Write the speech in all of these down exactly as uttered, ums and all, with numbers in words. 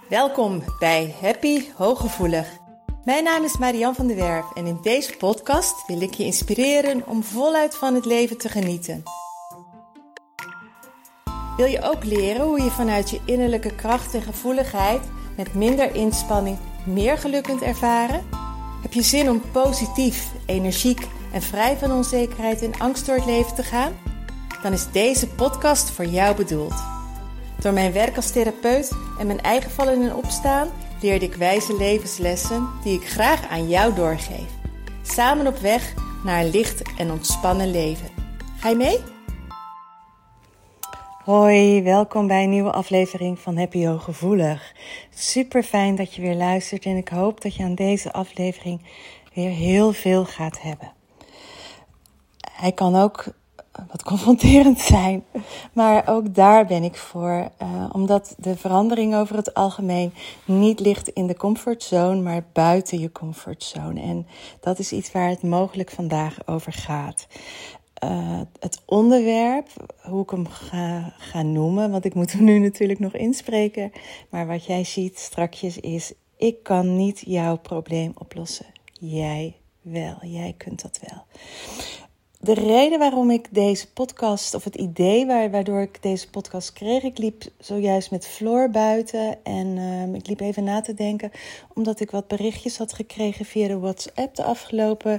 Welkom bij Happy Hooggevoelig. Mijn naam is Marianne van der Werf en in deze podcast wil ik je inspireren om voluit van het leven te genieten. Wil je ook leren hoe je vanuit je innerlijke kracht en gevoeligheid met minder inspanning meer geluk kunt ervaren? Heb je zin om positief, energiek en vrij van onzekerheid en angst door het leven te gaan? Dan is deze podcast voor jou bedoeld. Door mijn werk als therapeut en mijn eigen vallen en opstaan leerde ik wijze levenslessen die ik graag aan jou doorgeef. Samen op weg naar een licht en ontspannen leven. Ga je mee? Hoi, welkom bij een nieuwe aflevering van Happy Hooggevoelig. Super fijn dat je weer luistert en ik hoop dat je aan deze aflevering weer heel veel gaat hebben. Hij kan ook wat confronterend zijn, maar ook daar ben ik voor. Uh, omdat de verandering over het algemeen niet ligt in de comfortzone, maar buiten je comfortzone. En dat is iets waar het mogelijk vandaag over gaat. Uh, het onderwerp, hoe ik hem ga, ga noemen, want ik moet hem nu natuurlijk nog inspreken. Maar wat jij ziet strakjes is, ik kan niet jouw probleem oplossen. Jij wel, jij kunt dat wel. De reden waarom ik deze podcast, of het idee waar, waardoor ik deze podcast kreeg, ik liep zojuist met Floor buiten en uh, ik liep even na te denken, omdat ik wat berichtjes had gekregen via de WhatsApp de afgelopen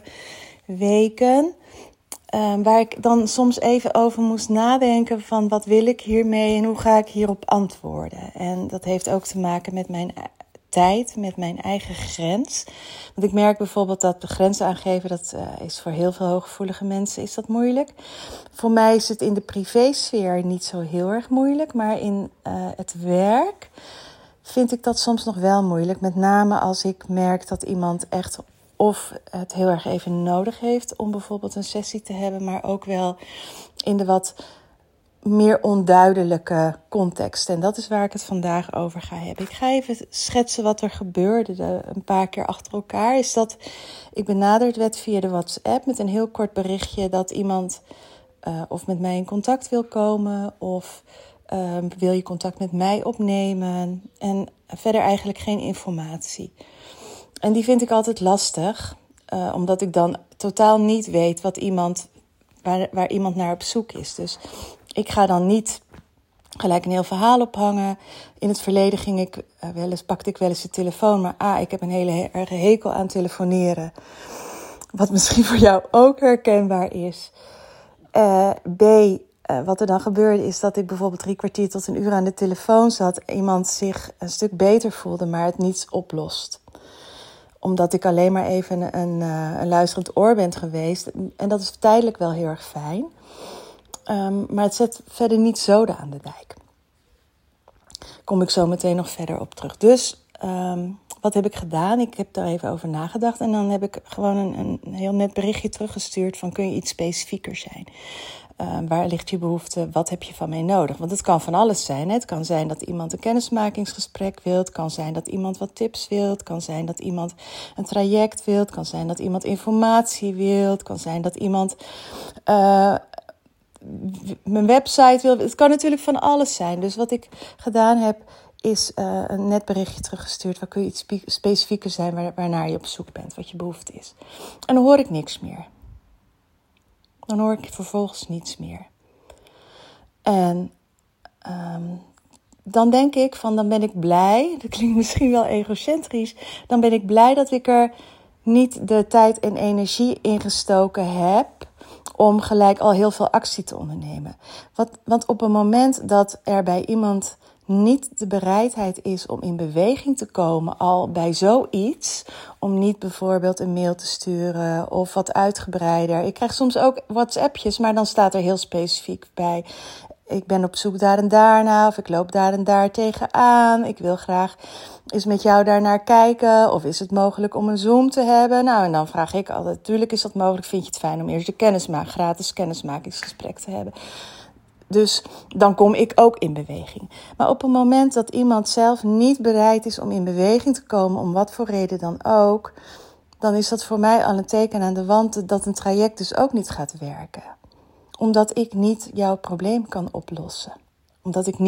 weken. Uh, waar ik dan soms even over moest nadenken van wat wil ik hiermee en hoe ga ik hierop antwoorden. En dat heeft ook te maken met mijn tijd, met mijn eigen grens. Want ik merk bijvoorbeeld dat de grens aangeven, dat uh, is voor heel veel hooggevoelige mensen is dat moeilijk. Voor mij is het in de privésfeer niet zo heel erg moeilijk, maar in uh, het werk vind ik dat soms nog wel moeilijk. Met name als ik merk dat iemand echt of het heel erg even nodig heeft om bijvoorbeeld een sessie te hebben, maar ook wel in de wat meer onduidelijke context. En dat is waar ik het vandaag over ga hebben. Ik ga even schetsen wat er gebeurde de, een paar keer achter elkaar. Is dat ik benaderd werd via de WhatsApp met een heel kort berichtje dat iemand uh, of met mij in contact wil komen of uh, wil je contact met mij opnemen en verder eigenlijk geen informatie. En die vind ik altijd lastig, uh, omdat ik dan totaal niet weet wat iemand, waar, waar iemand naar op zoek is. Dus ik ga dan niet gelijk een heel verhaal ophangen. In het verleden ging ik, uh, wel eens, pakte ik wel eens de telefoon, maar A, ik heb een hele erge hekel aan telefoneren. Wat misschien voor jou ook herkenbaar is. Uh, B, uh, wat er dan gebeurde is dat ik bijvoorbeeld drie kwartier tot een uur aan de telefoon zat. Iemand zich een stuk beter voelde, maar het niets oplost. Omdat ik alleen maar even een, een, een luisterend oor ben geweest. En dat is tijdelijk wel heel erg fijn. Um, maar het zet verder niet zoden aan de dijk. Kom ik zo meteen nog verder op terug. Dus um, wat heb ik gedaan? Ik heb daar even over nagedacht. En dan heb ik gewoon een, een heel net berichtje teruggestuurd van kun je iets specifieker zijn? Uh, waar ligt je behoefte? Wat heb je van mij nodig? Want het kan van alles zijn. Hè? Het kan zijn dat iemand een kennismakingsgesprek wil. Het kan zijn dat iemand wat tips wil. Het kan zijn dat iemand een traject wil. Het kan zijn dat iemand informatie wil. Het kan zijn dat iemand uh, mijn website wil. Het kan natuurlijk van alles zijn. Dus wat ik gedaan heb is uh, een net berichtje teruggestuurd. Waar kun je iets spe- specifieker zijn waar, waarnaar je op zoek bent. Wat je behoefte is. En dan hoor ik niks meer. Dan hoor ik vervolgens niets meer. En um, dan denk ik van, dan ben ik blij. Dat klinkt misschien wel egocentrisch. Dan ben ik blij dat ik er niet de tijd en energie in gestoken heb om gelijk al heel veel actie te ondernemen. Wat, want op een moment dat er bij iemand niet de bereidheid is om in beweging te komen, al bij zoiets, om niet bijvoorbeeld een mail te sturen of wat uitgebreider. Ik krijg soms ook WhatsAppjes, maar dan staat er heel specifiek bij: ik ben op zoek daar en daarna, of ik loop daar en daar tegenaan. Ik wil graag eens met jou daarnaar kijken, of is het mogelijk om een Zoom te hebben? Nou, en dan vraag ik altijd, natuurlijk is dat mogelijk. Vind je het fijn om eerst een kennisma- gratis kennismakingsgesprek te hebben? Dus dan kom ik ook in beweging. Maar op het moment dat iemand zelf niet bereid is om in beweging te komen, om wat voor reden dan ook, dan is dat voor mij al een teken aan de wand dat een traject dus ook niet gaat werken. Omdat ik niet jouw probleem kan oplossen. Omdat ik niet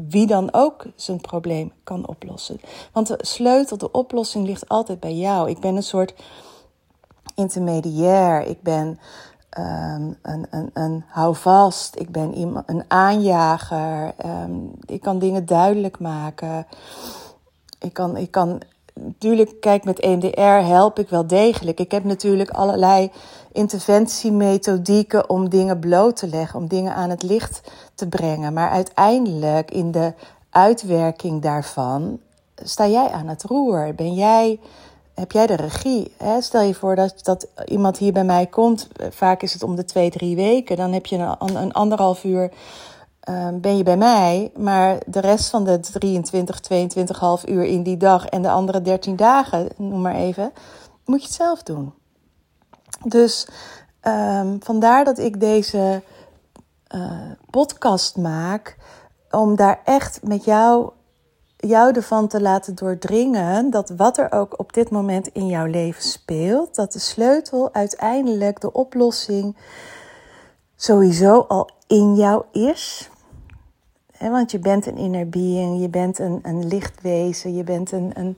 wie dan ook zijn probleem kan oplossen. Want de sleutel, de oplossing ligt altijd bij jou. Ik ben een soort intermediair. Ik ben um, een, een, een houvast. Ik ben iemand, een aanjager. Um, ik kan dingen duidelijk maken. Ik kan, ik kan, natuurlijk, kijk, met E M D R help ik wel degelijk. Ik heb natuurlijk allerlei interventiemethodieken om dingen bloot te leggen, om dingen aan het licht te brengen. Maar uiteindelijk in de uitwerking daarvan sta jij aan het roer. Ben jij, heb jij de regie? Hè? Stel je voor dat, dat iemand hier bij mij komt. Vaak is het om de twee, drie weken. Dan heb je een, een anderhalf uur. Uh, ben je bij mij, maar de rest van de drieëntwintig, tweeëntwintig half uur in die dag en de andere dertien dagen, noem maar even, moet je het zelf doen. Dus um, vandaar dat ik deze uh, podcast maak, om daar echt met jou, jou ervan te laten doordringen dat wat er ook op dit moment in jouw leven speelt, dat de sleutel uiteindelijk, de oplossing, sowieso al in jou is. He, want je bent een inner being, je bent een, een lichtwezen, je bent een, een,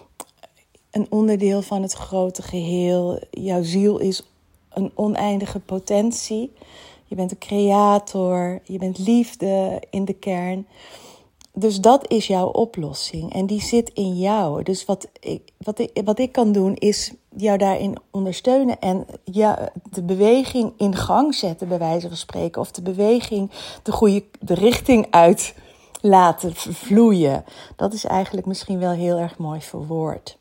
een onderdeel van het grote geheel. Jouw ziel is een oneindige potentie. Je bent een creator, je bent liefde in de kern. Dus dat is jouw oplossing en die zit in jou. Dus wat ik, wat ik, wat ik kan doen is jou daarin ondersteunen en ja, de beweging in gang zetten, bij wijze van spreken. Of de beweging de goede de richting uit laten vloeien. Dat is eigenlijk misschien wel heel erg mooi verwoord.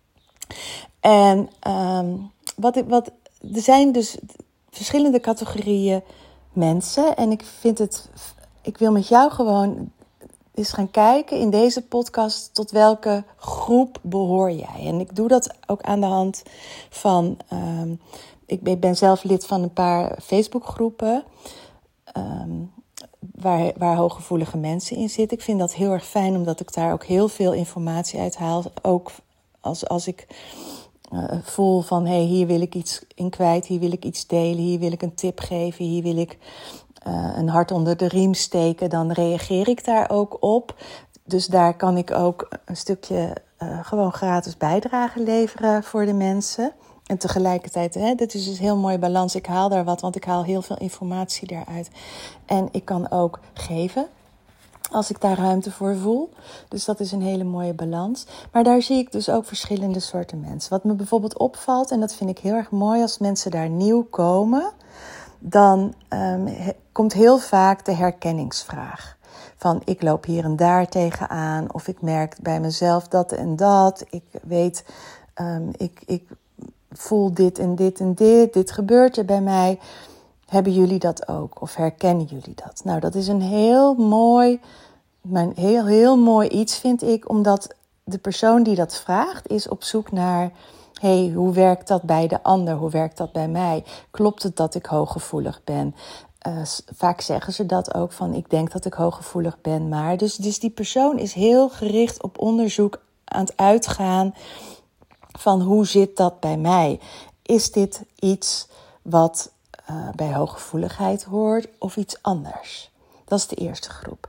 En um, wat ik, wat, er zijn dus verschillende categorieën mensen. En ik vind het, ik wil met jou gewoon eens gaan kijken in deze podcast tot welke groep behoor jij. En ik doe dat ook aan de hand van, um, ik ben zelf lid van een paar Facebookgroepen um, waar, waar hooggevoelige mensen in zitten. Ik vind dat heel erg fijn, omdat ik daar ook heel veel informatie uit haal. Ook als, als ik uh, voel van, hé, hey, hier wil ik iets in kwijt, hier wil ik iets delen, hier wil ik een tip geven, hier wil ik Uh, een hart onder de riem steken, dan reageer ik daar ook op. Dus daar kan ik ook een stukje uh, gewoon gratis bijdrage leveren voor de mensen. En tegelijkertijd, hè, dit is dus een heel mooie balans. Ik haal daar wat, want ik haal heel veel informatie daaruit. En ik kan ook geven, als ik daar ruimte voor voel. Dus dat is een hele mooie balans. Maar daar zie ik dus ook verschillende soorten mensen. Wat me bijvoorbeeld opvalt, en dat vind ik heel erg mooi als mensen daar nieuw komen, dan um, he, komt heel vaak de herkenningsvraag. Van ik loop hier en daar tegenaan, of ik merk bij mezelf dat en dat. Ik weet, um, ik, ik voel dit en dit en dit, dit gebeurt er bij mij. Hebben jullie dat ook? Of herkennen jullie dat? Nou, dat is een heel mooi, een heel, heel mooi iets, vind ik, omdat de persoon die dat vraagt is op zoek naar, hey, hoe werkt dat bij de ander? Hoe werkt dat bij mij? Klopt het dat ik hooggevoelig ben? Uh, vaak zeggen ze dat ook, van ik denk dat ik hooggevoelig ben, maar. Dus, dus die persoon is heel gericht op onderzoek aan het uitgaan van hoe zit dat bij mij? Is dit iets wat uh, bij hooggevoeligheid hoort of iets anders? Dat is de eerste groep.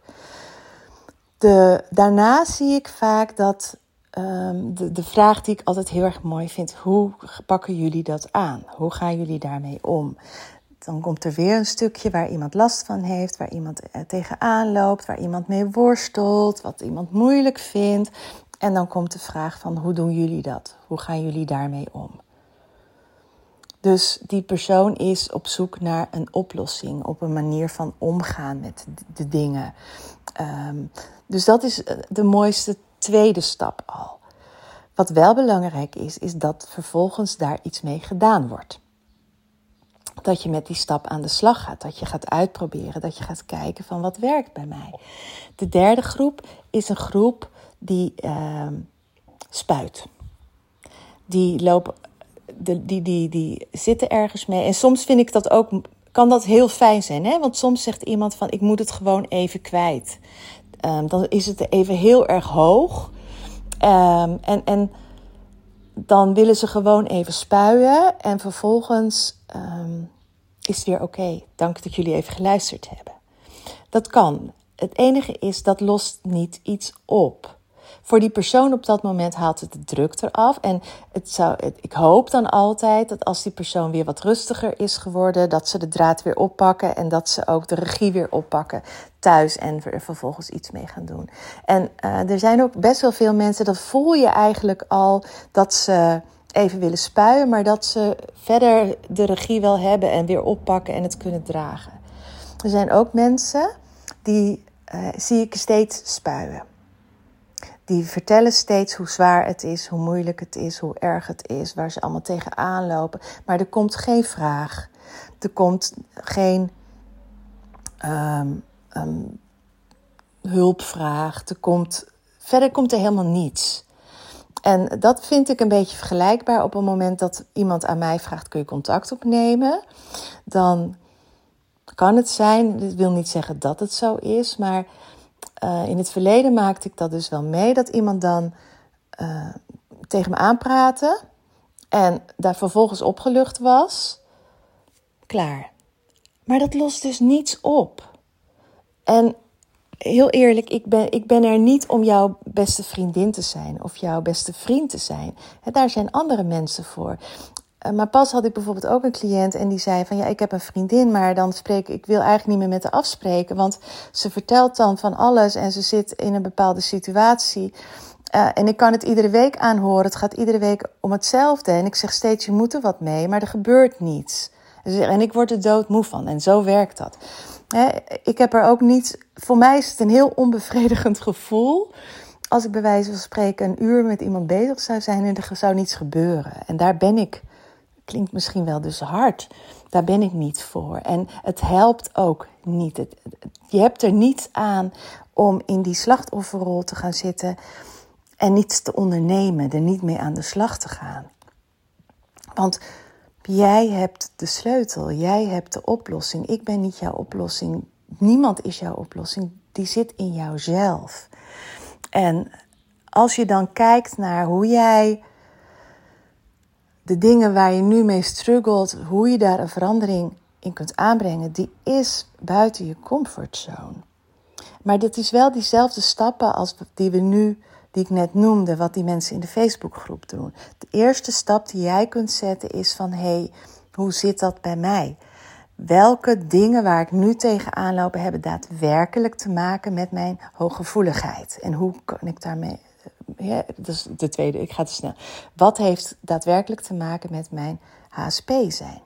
De, daarna zie ik vaak dat Um, de, de vraag die ik altijd heel erg mooi vind, hoe pakken jullie dat aan? Hoe gaan jullie daarmee om? Dan komt er weer een stukje waar iemand last van heeft, waar iemand tegenaan loopt, waar iemand mee worstelt, wat iemand moeilijk vindt. En dan komt de vraag van, hoe doen jullie dat? Hoe gaan jullie daarmee om? Dus die persoon is op zoek naar een oplossing, op een manier van omgaan met de dingen. Um, dus dat is de mooiste tweede stap al. Wat wel belangrijk is, is dat vervolgens daar iets mee gedaan wordt. Dat je met die stap aan de slag gaat, dat je gaat uitproberen, dat je gaat kijken van wat werkt bij mij. De derde groep is een groep die uh, spuit. Die lopen, die, die, die, die zitten ergens mee. En soms vind ik dat ook, kan dat heel fijn zijn, hè? Want soms zegt iemand van ik moet het gewoon even kwijt. Um, dan is het even heel erg hoog. Um, en, en dan willen ze gewoon even spuien. En vervolgens um, is het weer oké. Okay. Dank dat jullie even geluisterd hebben. Dat kan. het enige is, dat lost niet iets op. Voor die persoon op dat moment haalt het de druk eraf. En het zou, het, ik hoop dan altijd dat als die persoon weer wat rustiger is geworden, dat ze de draad weer oppakken en dat ze ook de regie weer oppakken thuis en er vervolgens iets mee gaan doen. En uh, er zijn ook best wel veel mensen, dat voel je eigenlijk al, dat ze even willen spuien, maar dat ze verder de regie wel hebben en weer oppakken en het kunnen dragen. Er zijn ook mensen die uh, zie ik steeds spuien. Die vertellen steeds hoe zwaar het is, hoe moeilijk het is, hoe erg het is, waar ze allemaal tegenaan lopen. Maar er komt geen vraag. Er komt geen um, um, hulpvraag. Er komt, verder komt er helemaal niets. En dat vind ik een beetje vergelijkbaar op het moment dat iemand aan mij vraagt, kun je contact opnemen? Dan kan het zijn, dit wil niet zeggen dat het zo is, maar Uh, in het verleden maakte ik dat dus wel mee, dat iemand dan uh, tegen me aanpraatte en daar vervolgens opgelucht was. Klaar. Maar dat lost dus niets op. En heel eerlijk, ik ben, ik ben er niet om jouw beste vriendin te zijn of jouw beste vriend te zijn. He, daar zijn andere mensen voor. Maar pas had ik bijvoorbeeld ook een cliënt en die zei van ja, ik heb een vriendin, maar dan spreek ik wil eigenlijk niet meer met haar afspreken, want ze vertelt dan van alles en ze zit in een bepaalde situatie. Uh, en ik kan het iedere week aanhoren, het gaat iedere week om hetzelfde. En ik zeg steeds, je moet er wat mee, maar er gebeurt niets. En ik word er doodmoe van en zo werkt dat. He, ik heb er ook niet, voor mij is het een heel onbevredigend gevoel als ik bij wijze van spreken een uur met iemand bezig zou zijn en er zou niets gebeuren. En daar ben ik. Klinkt misschien wel dus hard. Daar ben ik niet voor. En het helpt ook niet. Het, je hebt er niets aan om in die slachtofferrol te gaan zitten en niets te ondernemen, er niet mee aan de slag te gaan. Want jij hebt de sleutel, jij hebt de oplossing. Ik ben niet jouw oplossing. Niemand is jouw oplossing. Die zit in jouzelf. En als je dan kijkt naar hoe jij de dingen waar je nu mee struggelt, hoe je daar een verandering in kunt aanbrengen, die is buiten je comfortzone. Maar dit is wel diezelfde stappen als die we nu, die ik net noemde, wat die mensen in de Facebookgroep doen. De eerste stap die jij kunt zetten is van, hé, hey, hoe zit dat bij mij? Welke dingen waar ik nu tegenaan loop hebben daadwerkelijk te maken met mijn hooggevoeligheid? En hoe kan ik daarmee... Ja, dat is de tweede, ik ga te snel. Wat heeft daadwerkelijk te maken met mijn H S P zijn?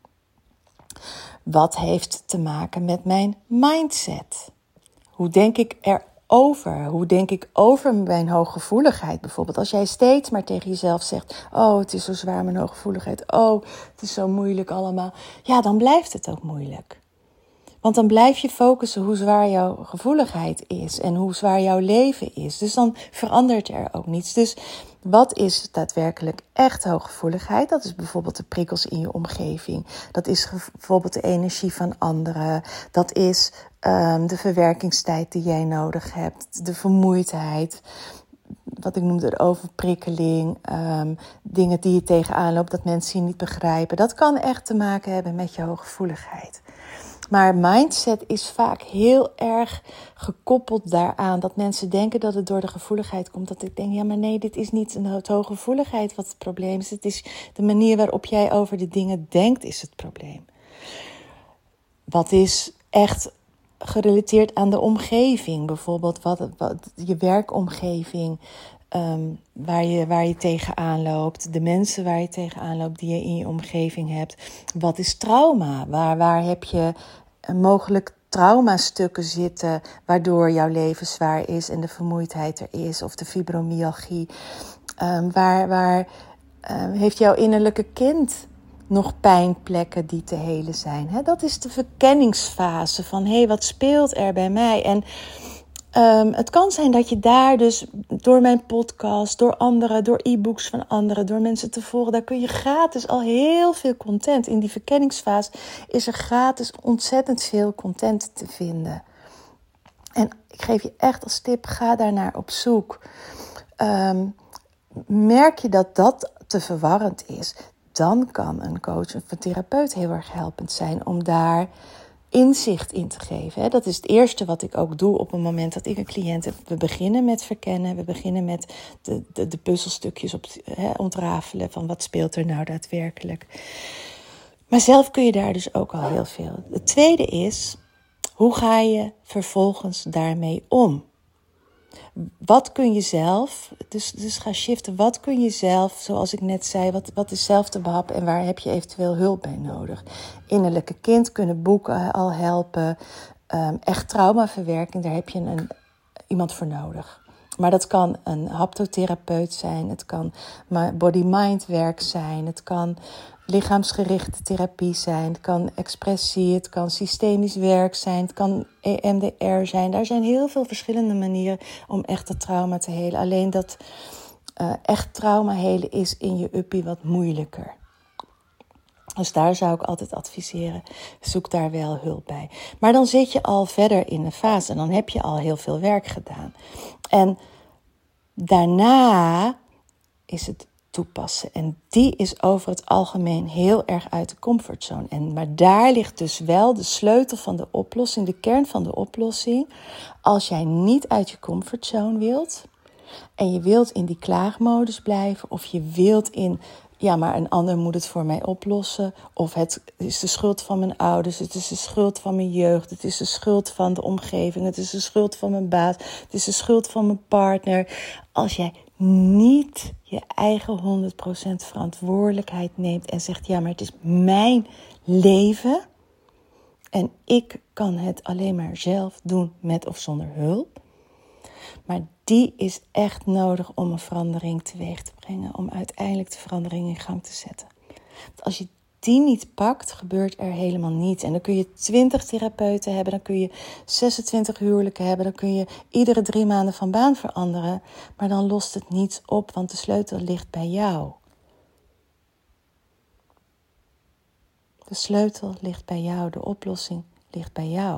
Wat heeft te maken met mijn mindset? Hoe denk ik erover? Hoe denk ik over mijn hooggevoeligheid bijvoorbeeld? Als jij steeds maar tegen jezelf zegt, oh, het is zo zwaar mijn hooggevoeligheid. Oh, het is zo moeilijk allemaal. Ja, dan blijft het ook moeilijk. Want dan blijf je focussen hoe zwaar jouw gevoeligheid is en hoe zwaar jouw leven is. Dus dan verandert er ook niets. Dus wat is daadwerkelijk echt hooggevoeligheid? Dat is bijvoorbeeld de prikkels in je omgeving. Dat is bijvoorbeeld de energie van anderen. Dat is um, de verwerkingstijd die jij nodig hebt. De vermoeidheid. Wat ik noemde de overprikkeling. Um, dingen die je tegenaan loopt, dat mensen je niet begrijpen. Dat kan echt te maken hebben met je hooggevoeligheid. Maar mindset is vaak heel erg gekoppeld daaraan dat mensen denken dat het door de gevoeligheid komt. Dat ik denk, ja maar nee, dit is niet een hooggevoeligheid wat het probleem is. Het is de manier waarop jij over de dingen denkt is het probleem. Wat is echt gerelateerd aan de omgeving. Bijvoorbeeld wat, wat, je werkomgeving, um, waar je, waar je tegenaan loopt. De mensen waar je tegenaan loopt die je in je omgeving hebt. Wat is trauma? Waar, waar heb je mogelijk traumastukken zitten waardoor jouw leven zwaar is en de vermoeidheid er is. Of de fibromyalgie. Um, waar waar um, heeft jouw innerlijke kind nog pijnplekken die te helen zijn? He, dat is de verkenningsfase van, hé, hey, wat speelt er bij mij? En um, het kan zijn dat je daar dus door mijn podcast, door anderen, door e-books van anderen, door mensen te volgen, daar kun je gratis al heel veel content. In die verkenningsfase is er gratis ontzettend veel content te vinden. En ik geef je echt als tip, ga daarnaar op zoek. Um, merk je dat dat te verwarrend is, dan kan een coach of een therapeut heel erg helpend zijn om daar inzicht in te geven. Hè. Dat is het eerste wat ik ook doe op het moment dat ik een cliënt heb. We beginnen met verkennen. We beginnen met de, de, de puzzelstukjes op, hè, ontrafelen van wat speelt er nou daadwerkelijk. Maar zelf kun je daar dus ook al heel veel. Het tweede is, hoe ga je vervolgens daarmee om? Wat kun je zelf, dus, dus ga shiften, wat kun je zelf, zoals ik net zei, wat, wat is zelf te behappen en waar heb je eventueel hulp bij nodig? Innerlijke kind kunnen boeken al helpen, um, echt traumaverwerking, daar heb je een, iemand voor nodig. Maar dat kan een haptotherapeut zijn, het kan body-mind werk zijn, het kan lichaamsgerichte therapie zijn, het kan expressie, het kan systemisch werk zijn, het kan E M D R zijn. Daar zijn heel veel verschillende manieren om echt dat trauma te helen. Alleen dat uh, echt trauma helen is in je uppie wat moeilijker. Dus daar zou ik altijd adviseren, zoek daar wel hulp bij. Maar dan zit je al verder in de fase en dan heb je al heel veel werk gedaan. En daarna is het toepassen. En die is over het algemeen heel erg uit de comfortzone. En, maar daar ligt dus wel de sleutel van de oplossing, de kern van de oplossing. Als jij niet uit je comfortzone wilt en je wilt in die klaagmodus blijven of je wilt in, ja, maar een ander moet het voor mij oplossen. Of het is de schuld van mijn ouders, het is de schuld van mijn jeugd, het is de schuld van de omgeving, het is de schuld van mijn baas, het is de schuld van mijn partner. Als jij niet je eigen honderd procent verantwoordelijkheid neemt en zegt, ja, maar het is mijn leven en ik kan het alleen maar zelf doen met of zonder hulp. Maar die is echt nodig om een verandering teweeg te brengen, om uiteindelijk de verandering in gang te zetten. Want als je die niet pakt, gebeurt er helemaal niets. En dan kun je twintig therapeuten hebben, dan kun je zesentwintig huwelijken hebben, dan kun je iedere drie maanden van baan veranderen. Maar dan lost het niets op, want de sleutel ligt bij jou. De sleutel ligt bij jou, de oplossing ligt bij jou.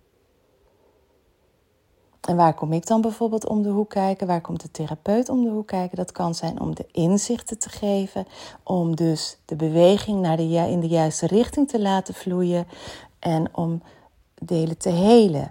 En waar kom ik dan bijvoorbeeld om de hoek kijken? Waar komt de therapeut om de hoek kijken? Dat kan zijn om de inzichten te geven, om dus de beweging naar de, in de juiste richting te laten vloeien en om delen te helen.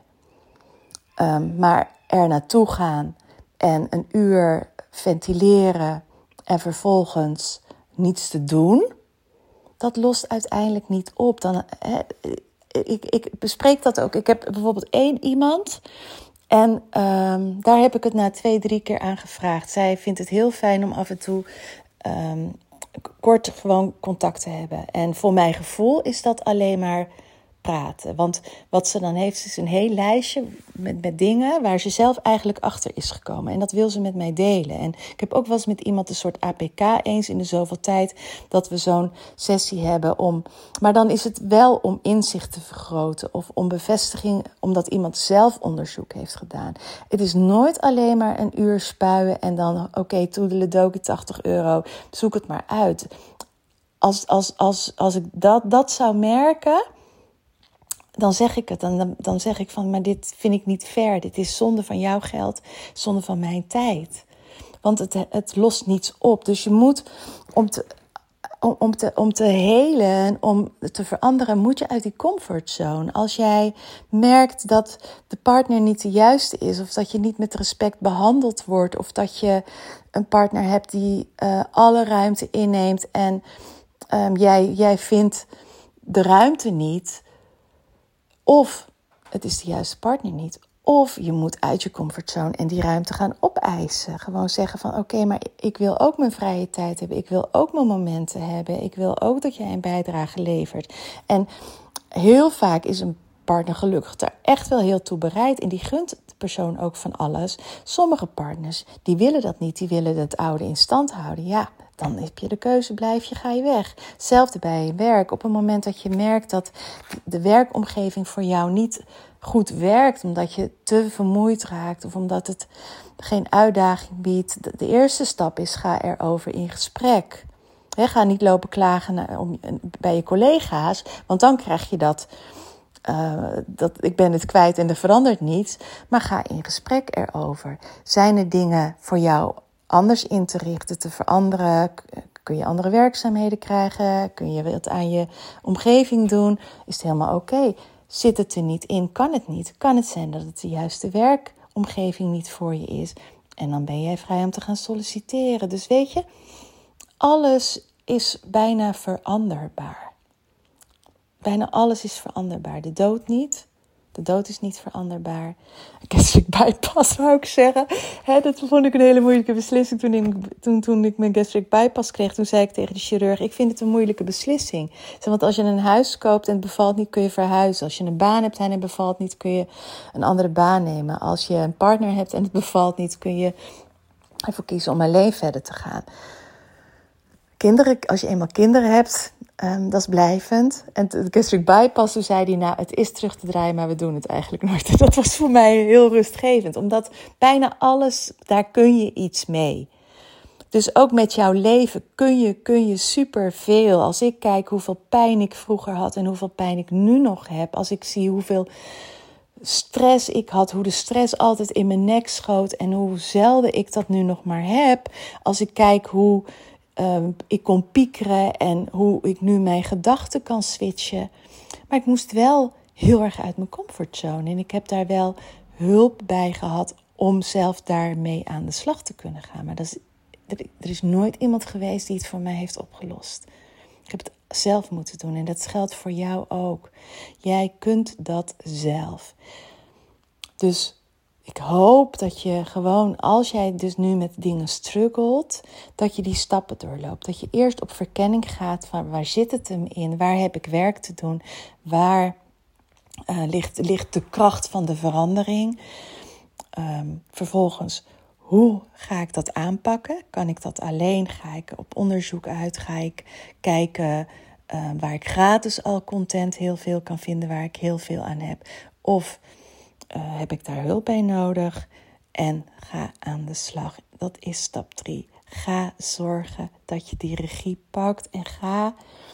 Um, maar er naartoe gaan en een uur ventileren en vervolgens niets te doen, dat lost uiteindelijk niet op. Dan, hè, ik, ik bespreek dat ook. Ik heb bijvoorbeeld één iemand. En um, daar heb ik het na twee, drie keer aan gevraagd. Zij vindt het heel fijn om af en toe um, kort gewoon contact te hebben. En voor mijn gevoel is dat alleen maar praten. Want wat ze dan heeft is een heel lijstje met, met dingen waar ze zelf eigenlijk achter is gekomen. En dat wil ze met mij delen. En ik heb ook wel eens met iemand een soort A P K eens in de zoveel tijd dat we zo'n sessie hebben om. Maar dan is het wel om inzicht te vergroten of om bevestiging, omdat iemand zelf onderzoek heeft gedaan. Het is nooit alleen maar een uur spuien en dan oké, okay, toedeledokie, tachtig euro, zoek het maar uit. Als, als, als, als ik dat, dat zou merken, dan zeg ik het. Dan, dan zeg ik van, maar dit vind ik niet fair. Dit is zonde van jouw geld, zonde van mijn tijd. Want het, het lost niets op. Dus je moet, om te, om, om, te, om te helen, om te veranderen, moet je uit die comfortzone. Als jij merkt dat de partner niet de juiste is, of dat je niet met respect behandeld wordt, of dat je een partner hebt die uh, alle ruimte inneemt en um, jij, jij vindt de ruimte niet, of het is de juiste partner niet. Of je moet uit je comfortzone en die ruimte gaan opeisen. Gewoon zeggen van oké, okay, maar ik wil ook mijn vrije tijd hebben. Ik wil ook mijn momenten hebben. Ik wil ook dat jij een bijdrage levert. En heel vaak is een partner gelukkig daar echt wel heel toe bereid. En die gunt de persoon ook van alles. Sommige partners, die willen dat niet. Die willen het oude in stand houden. Ja, dan heb je de keuze, blijf je, ga je weg. Hetzelfde bij je werk. Op het moment dat je merkt dat de werkomgeving voor jou niet goed werkt, omdat je te vermoeid raakt of omdat het geen uitdaging biedt. De eerste stap is, ga erover in gesprek. He, ga niet lopen klagen naar, om, bij je collega's, want dan krijg je dat, uh, dat ik ben het kwijt en er verandert niets. Maar ga in gesprek erover. Zijn er dingen voor jou anders in te richten, te veranderen? Kun je andere werkzaamheden krijgen? Kun je wat aan je omgeving doen? Is het helemaal oké? Okay? Zit het er niet in? Kan het niet? Kan het zijn dat het de juiste werkomgeving niet voor je is? En dan ben jij vrij om te gaan solliciteren. Dus weet je, alles is bijna veranderbaar. Bijna alles is veranderbaar. De dood niet. De dood is niet veranderbaar. Gastric bypass, wou ik zeggen. He, dat vond ik een hele moeilijke beslissing. Toen ik, toen, toen ik mijn gastric bypass kreeg, toen zei ik tegen de chirurg, ik vind het een moeilijke beslissing. Want als je een huis koopt en het bevalt niet, kun je verhuizen. Als je een baan hebt en het bevalt niet, kun je een andere baan nemen. Als je een partner hebt en het bevalt niet, kun je ervoor kiezen om alleen verder te gaan. Kinderen, als je eenmaal kinderen hebt, um, dat is blijvend. En de gastric bypass, toen zei hij, nou, het is terug te draaien, maar we doen het eigenlijk nooit. En dat was voor mij heel rustgevend, omdat bijna alles, daar kun je iets mee. Dus ook met jouw leven kun je, kun je superveel. Als ik kijk hoeveel pijn ik vroeger had en hoeveel pijn ik nu nog heb, als ik zie hoeveel stress ik had, hoe de stress altijd in mijn nek schoot en hoe zelden ik dat nu nog maar heb, als ik kijk hoe Uh, ik kon piekeren en hoe ik nu mijn gedachten kan switchen. Maar ik moest wel heel erg uit mijn comfortzone. En ik heb daar wel hulp bij gehad om zelf daarmee aan de slag te kunnen gaan. Maar dat is, er is nooit iemand geweest die het voor mij heeft opgelost. Ik heb het zelf moeten doen en dat geldt voor jou ook. Jij kunt dat zelf. Dus ik hoop dat je gewoon, als jij dus nu met dingen struggelt, dat je die stappen doorloopt. Dat je eerst op verkenning gaat van waar zit het hem in? Waar heb ik werk te doen? Waar uh, ligt, ligt de kracht van de verandering? Um, vervolgens, hoe ga ik dat aanpakken? Kan ik dat alleen? Ga ik op onderzoek uit? Ga ik kijken uh, waar ik gratis al content heel veel kan vinden, waar ik heel veel aan heb? Of Uh, heb ik daar hulp bij nodig? En ga aan de slag. Dat is stap drie. Ga zorgen dat je die regie pakt. En ga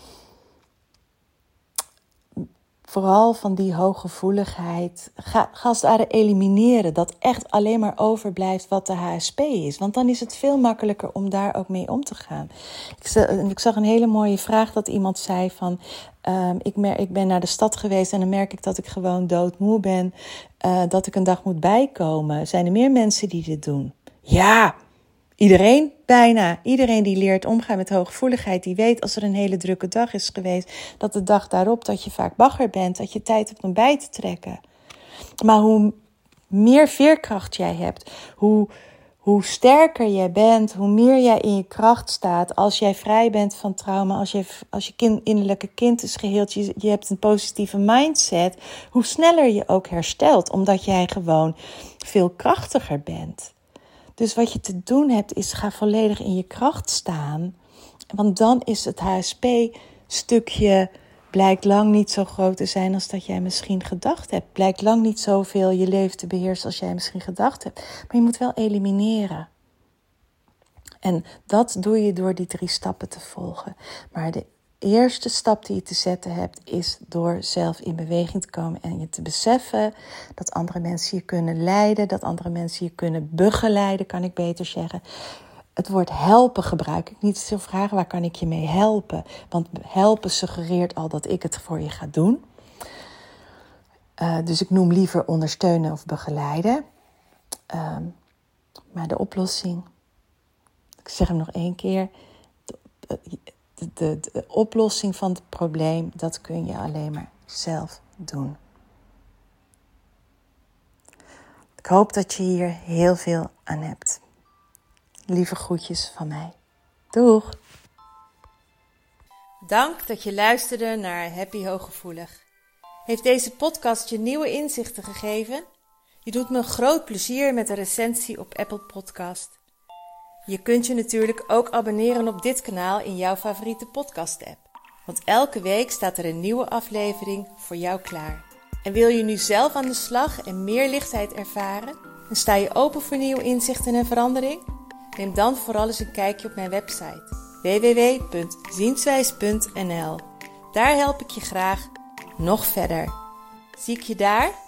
vooral van die hooggevoeligheid, ga, ga als het ware elimineren. Dat echt alleen maar overblijft wat de H S P is. Want dan is het veel makkelijker om daar ook mee om te gaan. Ik, ik zag een hele mooie vraag dat iemand zei van, Um, ik, mer- ik ben naar de stad geweest en dan merk ik dat ik gewoon doodmoe ben. Uh, dat ik een dag moet bijkomen. Zijn er meer mensen die dit doen? Ja, iedereen bijna. Iedereen die leert omgaan met hooggevoeligheid, die weet als er een hele drukke dag is geweest, dat de dag daarop dat je vaak bagger bent, dat je tijd hebt om bij te trekken. Maar hoe meer veerkracht jij hebt, hoe... Hoe sterker jij bent, hoe meer jij in je kracht staat. Als jij vrij bent van trauma, als je, als je kind, innerlijke kind is geheeld, je, je hebt een positieve mindset, hoe sneller je ook herstelt, omdat jij gewoon veel krachtiger bent. Dus wat je te doen hebt, is ga volledig in je kracht staan. Want dan is het H S P-stukje blijkt lang niet zo groot te zijn als dat jij misschien gedacht hebt. Blijkt lang niet zoveel je leven te beheersen als jij misschien gedacht hebt. Maar je moet wel elimineren. En dat doe je door die drie stappen te volgen. Maar de eerste stap die je te zetten hebt, is door zelf in beweging te komen en je te beseffen dat andere mensen je kunnen leiden, dat andere mensen je kunnen begeleiden, kan ik beter zeggen. Het woord helpen gebruik ik niet. Zo vragen, waar kan ik je mee helpen? Want helpen suggereert al dat ik het voor je ga doen. Uh, dus ik noem liever ondersteunen of begeleiden. Uh, maar de oplossing, ik zeg hem nog één keer. De, de, de, de oplossing van het probleem, dat kun je alleen maar zelf doen. Ik hoop dat je hier heel veel aan hebt. Lieve groetjes van mij. Doeg! Dank dat je luisterde naar Happy Hooggevoelig. Heeft deze podcast je nieuwe inzichten gegeven? Je doet me een groot plezier met een recensie op Apple Podcast. Je kunt je natuurlijk ook abonneren op dit kanaal in jouw favoriete podcast-app. Want elke week staat er een nieuwe aflevering voor jou klaar. En wil je nu zelf aan de slag en meer lichtheid ervaren? En sta je open voor nieuwe inzichten en verandering? Neem dan vooral eens een kijkje op mijn website w w w punt zienswijs punt n l. Daar help ik je graag nog verder. Zie ik je daar?